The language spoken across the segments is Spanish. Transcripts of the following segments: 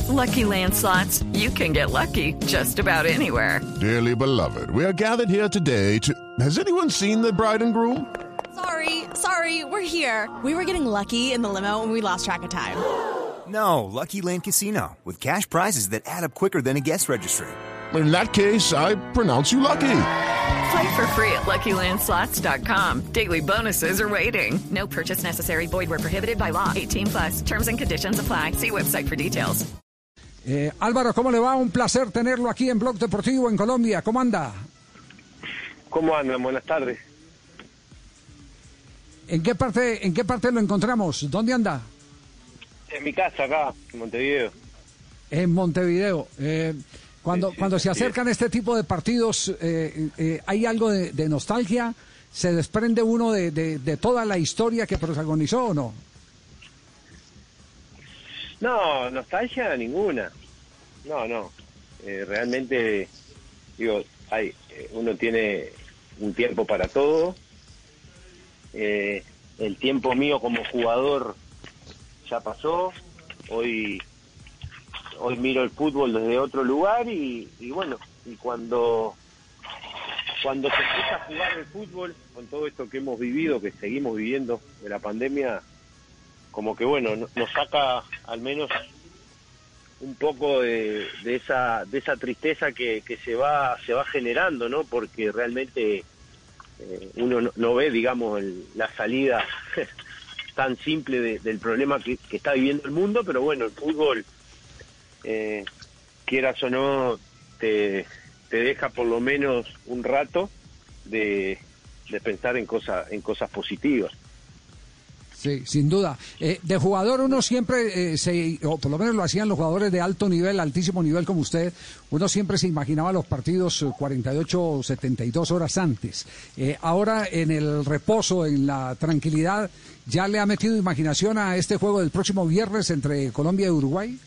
Lucky Land Slots, you can get lucky just about anywhere. Dearly beloved, we are gathered here today to... Has anyone seen the bride and groom? Sorry, we're here. We were getting lucky in the limo and we lost track of time. No, Lucky Land Casino, with cash prizes that add up quicker than a guest registry. In that case, I pronounce you lucky. Play for free at LuckyLandSlots.com. Daily bonuses are waiting. No purchase necessary. Void where prohibited by law. 18+. Terms and conditions apply. See website for details. Álvaro, ¿cómo le va? Un placer tenerlo aquí en Blog Deportivo en Colombia. ¿Cómo anda? ¿Cómo andan? Buenas tardes. ¿En qué parte lo encontramos? ¿Dónde anda? En mi casa, acá, en Montevideo. En Montevideo. Cuando se acercan este tipo de partidos, ¿hay algo de nostalgia? ¿Se desprende uno de toda la historia que protagonizó o no? No, nostalgia ninguna. No. Realmente, digo, uno tiene un tiempo para todo. El tiempo mío como jugador ya pasó. Hoy miro el fútbol desde otro lugar y bueno, y cuando se empieza a jugar el fútbol, con todo esto que hemos vivido, que seguimos viviendo de la pandemia, como que bueno, nos saca al menos un poco de esa tristeza que se va generando, ¿no? Porque realmente uno no ve, digamos, la salida tan simple del problema que está viviendo el mundo, pero bueno, el fútbol, quieras o no, te deja por lo menos un rato de pensar en cosas positivas. Sí, sin duda. De jugador uno siempre, o por lo menos lo hacían los jugadores de alto nivel, altísimo nivel como usted, uno siempre se imaginaba los partidos 48 o 72 horas antes. Ahora en el reposo, en la tranquilidad, ¿ya le ha metido imaginación a este juego del próximo viernes entre Colombia y Uruguay?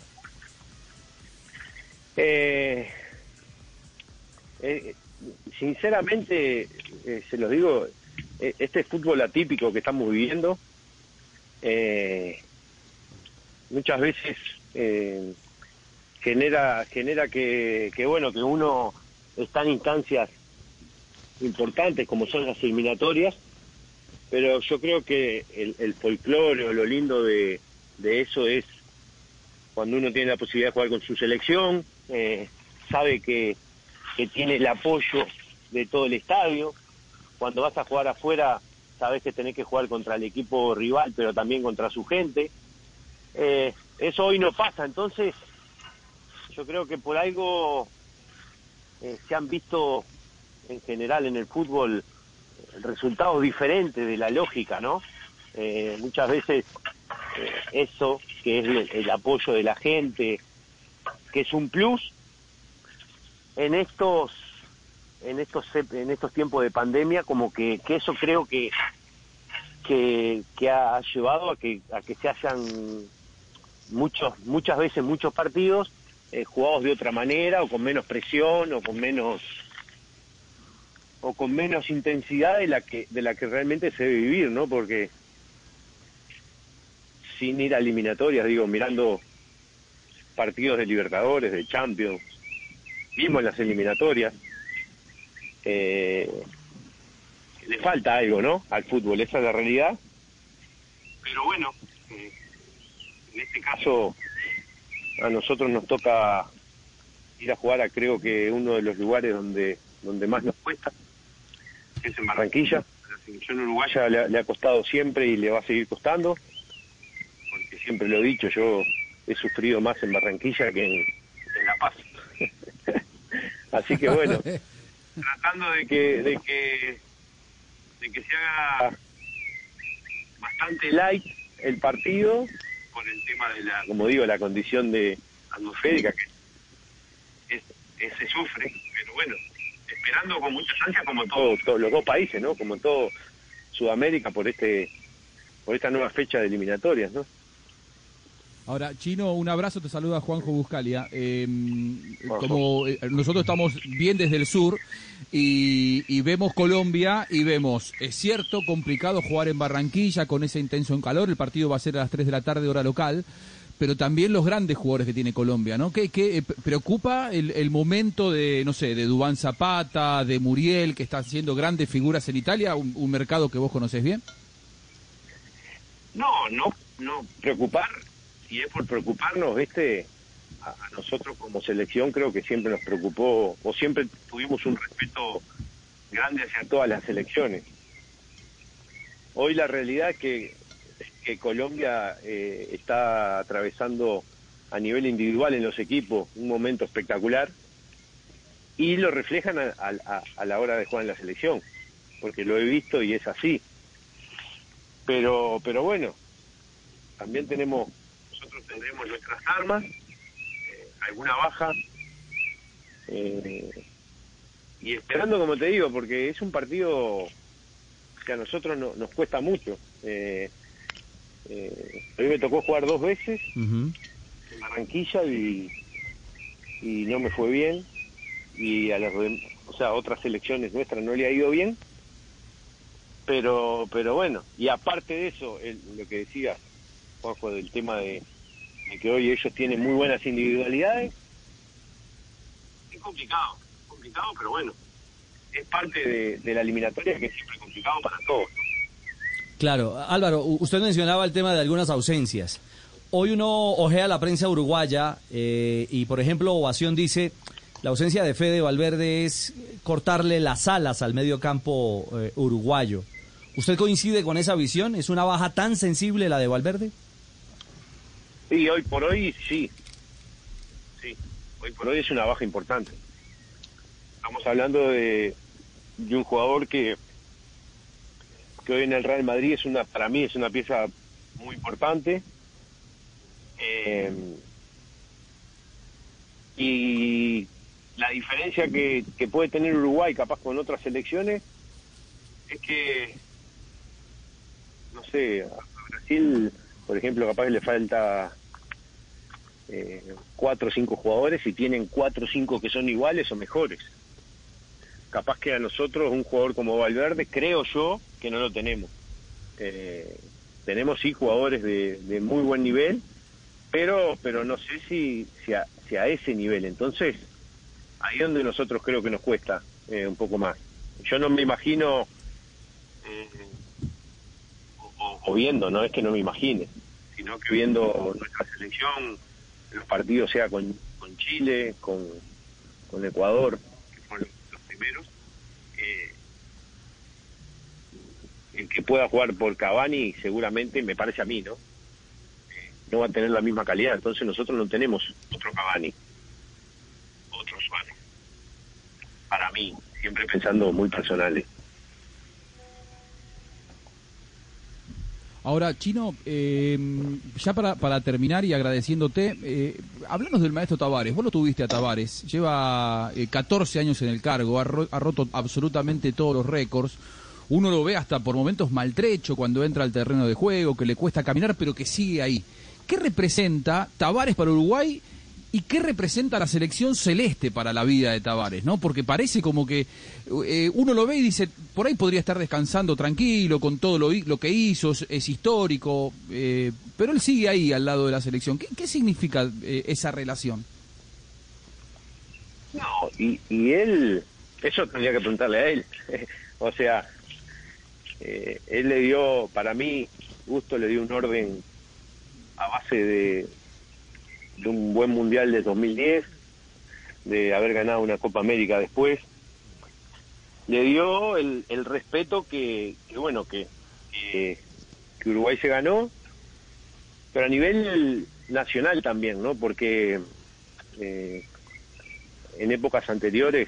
Sinceramente, se los digo, este fútbol atípico que estamos viviendo, muchas veces genera que bueno, que uno está en instancias importantes como son las eliminatorias, pero yo creo que el folclore o lo lindo de eso es cuando uno tiene la posibilidad de jugar con su selección, sabe que tiene el apoyo de todo el estadio. Cuando vas a jugar afuera, sabes que tenés que jugar contra el equipo rival, pero también contra su gente. Eso hoy no pasa, entonces yo creo que por algo se han visto en general en el fútbol resultados diferentes de la lógica, ¿no? Muchas veces eso, que es el apoyo de la gente, que es un plus, en estos tiempos de pandemia, como que eso creo que ha llevado a que se hayan muchas veces muchos partidos jugados de otra manera, o con menos presión, o con menos intensidad de la que realmente se debe vivir, ¿no? Porque sin ir a eliminatorias, digo, mirando partidos de Libertadores, de Champions, mismo en las eliminatorias, le falta algo, ¿no? Al fútbol, esa es la realidad. Pero bueno, en este caso a nosotros nos toca ir a jugar a, creo que uno de los lugares donde más nos cuesta, que es en Barranquilla. La selección uruguaya le ha costado siempre y le va a seguir costando, porque siempre lo he dicho, yo he sufrido más en Barranquilla que en La Paz. Así que bueno, tratando de que se haga bastante light el partido, por el tema de la condición de atmosférica que se sufre, pero bueno, esperando con muchas ansias como todos los dos países, ¿no? Como todo Sudamérica por esta nueva fecha de eliminatorias, ¿no? Ahora, Chino, un abrazo, te saluda Juanjo Buscalia. Como nosotros estamos bien desde el sur y vemos Colombia y vemos, es cierto, complicado jugar en Barranquilla con ese intenso calor, el partido va a ser a las 3 de la tarde hora local, pero también los grandes jugadores que tiene Colombia, ¿no? ¿Qué preocupa el momento de, no sé, de Duván Zapata, de Muriel, que están siendo grandes figuras en Italia, un mercado que vos conocés bien? No preocupar, si es por preocuparnos, a nosotros como selección creo que siempre nos preocupó, o siempre tuvimos un respeto grande hacia todas las selecciones. Hoy la realidad es que Colombia está atravesando a nivel individual en los equipos un momento espectacular y lo reflejan a la hora de jugar en la selección, porque lo he visto y es así. Pero bueno, también nosotros tendremos nuestras armas, alguna baja, y esperando, como te digo, porque es un partido que a nosotros nos cuesta mucho. Hoy me tocó jugar 2 veces en Barranquilla y no me fue bien, y a otras selecciones nuestras no le ha ido bien, pero bueno, y aparte de eso, lo que decía Juanjo del tema de que hoy ellos tienen muy buenas individualidades, es complicado, pero bueno, es parte de la eliminatoria, que es siempre complicado para todos. Claro, Álvaro, usted mencionaba el tema de algunas ausencias. Hoy uno ojea la prensa uruguaya y, por ejemplo, Ovación dice: la ausencia de Fede Valverde es cortarle las alas al medio campo uruguayo. ¿Usted coincide con esa visión? ¿Es una baja tan sensible la de Valverde? Sí, hoy por hoy sí. Sí, hoy por hoy es una baja importante. Estamos hablando de un jugador que hoy en el Real Madrid para mí es una pieza muy importante. Y la diferencia que puede tener Uruguay capaz con otras selecciones es que, no sé, a Brasil, por ejemplo, capaz que le falta 4 o 5 jugadores y tienen 4 o 5 que son iguales o mejores. Capaz que a nosotros un jugador como Valverde, creo yo, que no lo tenemos. Tenemos sí jugadores de muy buen nivel, pero no sé si a ese nivel. Entonces, ahí es donde nosotros creo que nos cuesta un poco más. Yo no me imagino, o viendo, no es que no me imagine, sino que viendo nuestra selección, los partidos sea con Chile, con Ecuador, que fueron los primeros, el que pueda jugar por Cavani seguramente, me parece a mí, no va a tener la misma calidad. Entonces nosotros no tenemos otro Cavani, otro Suárez, para mí, siempre pensando muy personales. Ahora, Chino, ya para terminar y agradeciéndote, háblanos del maestro Tavares. Vos lo tuviste a Tavares, lleva 14 años en el cargo, ha roto absolutamente todos los récords. Uno lo ve hasta por momentos maltrecho cuando entra al terreno de juego, que le cuesta caminar, pero que sigue ahí. ¿Qué representa Tavares para Uruguay y qué representa la selección celeste para la vida de Tavares, ¿no? Porque parece como que uno lo ve y dice, por ahí podría estar descansando tranquilo con todo lo que hizo, es histórico, pero él sigue ahí al lado de la selección. ¿Qué significa esa relación? No, y él, eso tendría que preguntarle a él. O sea, él le dio, para mí, Gusto le dio un orden a base de un buen mundial de 2010, de haber ganado una Copa América después. Le dio el respeto que Uruguay se ganó, pero a nivel nacional también, ¿no? Porque en épocas anteriores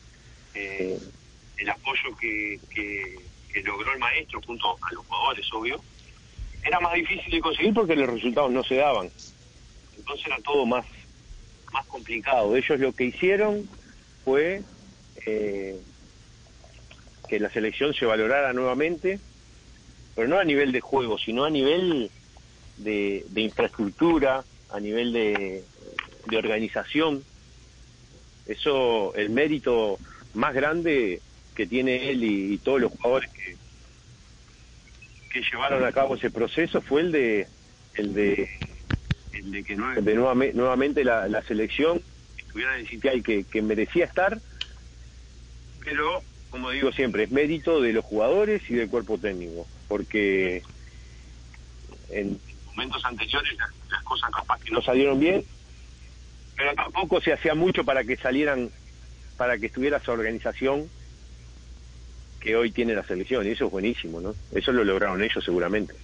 el apoyo que logró el maestro junto a los jugadores, obvio, era más difícil de conseguir porque los resultados no se daban. Entonces era todo más complicado. Ellos lo que hicieron fue que la selección se valorara nuevamente, pero no a nivel de juego, sino a nivel de infraestructura, a nivel de organización. Eso, el mérito más grande que tiene él y todos los jugadores que llevaron a cabo ese proceso fue el de de que nuevamente la selección estuviera en el sitial que merecía estar, pero como digo siempre, es mérito de los jugadores y del cuerpo técnico, porque en momentos anteriores las cosas capaz que no salieron bien, pero tampoco se hacía mucho para que estuviera esa organización que hoy tiene la selección, y eso es buenísimo, ¿no? Eso lo lograron ellos seguramente.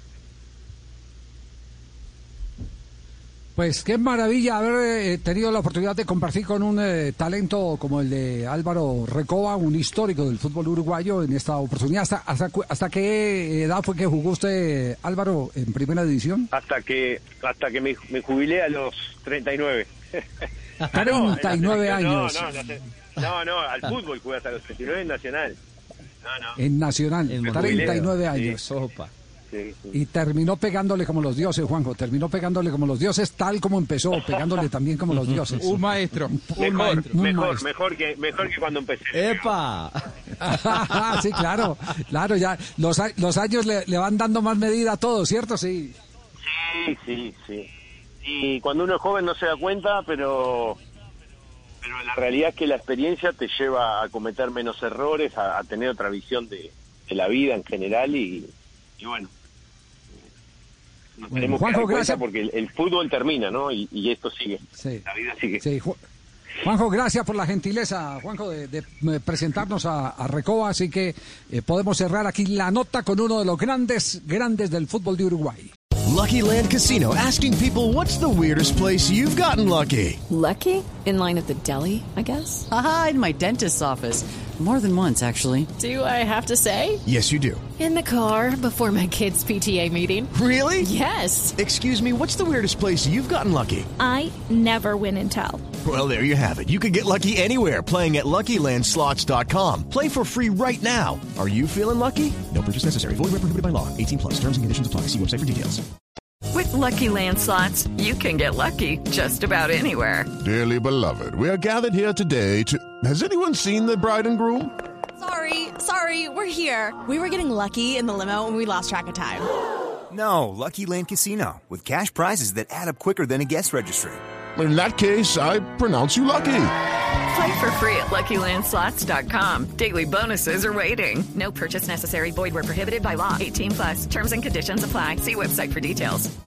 Pues qué maravilla haber tenido la oportunidad de compartir con un talento como el de Álvaro Recoba, un histórico del fútbol uruguayo en esta oportunidad. ¿Hasta qué edad fue que jugó usted, Álvaro, en primera división? Hasta que me jubilé a los 39. 39 años. No, al fútbol jugué hasta los 39 en Nacional. En Nacional, 39 años. Sí. Sopa. Sí. Y terminó pegándole como los dioses, Juanjo. Terminó pegándole como los dioses, tal como empezó, pegándole también como los dioses. Un maestro. Mejor que cuando empecé. ¡Epa! Sí, claro, ya los años le van dando más medida a todo, ¿cierto? Sí. Sí. Y cuando uno es joven no se da cuenta, pero la realidad es que la experiencia te lleva a cometer menos errores, a tener otra visión de la vida en general y bueno. Nos tenemos que dar cuenta, gracias, porque el fútbol termina, ¿no? Y esto sigue. Sí. La vida sigue. Sí. Juanjo, gracias por la gentileza, Juanjo, de presentarnos a Recoba, así que podemos cerrar aquí la nota con uno de los grandes del fútbol de Uruguay. Lucky Land Casino, asking people, what's the weirdest place you've gotten lucky? Lucky? In line at the deli, I guess? Aha, in my dentist's office. More than once, actually. Do I have to say? Yes, you do. In the car before my kids' PTA meeting. Really? Yes. Excuse me, what's the weirdest place you've gotten lucky? I never win and tell. Well, there you have it. You can get lucky anywhere, playing at LuckyLandSlots.com. Play for free right now. Are you feeling lucky? No purchase necessary. Void where prohibited by law. 18+. Terms and conditions apply. See website for details. With Lucky Land Slots, you can get lucky just about anywhere. Dearly beloved, we are gathered here today to... Has anyone seen the bride and groom? Sorry, we're here. We were getting lucky in the limo and we lost track of time. No, Lucky Land Casino, with cash prizes that add up quicker than a guest registry. In that case, I pronounce you lucky. Play for free at LuckyLandSlots.com. Daily bonuses are waiting. No purchase necessary. Void where prohibited by law. 18+. Terms and conditions apply. See website for details.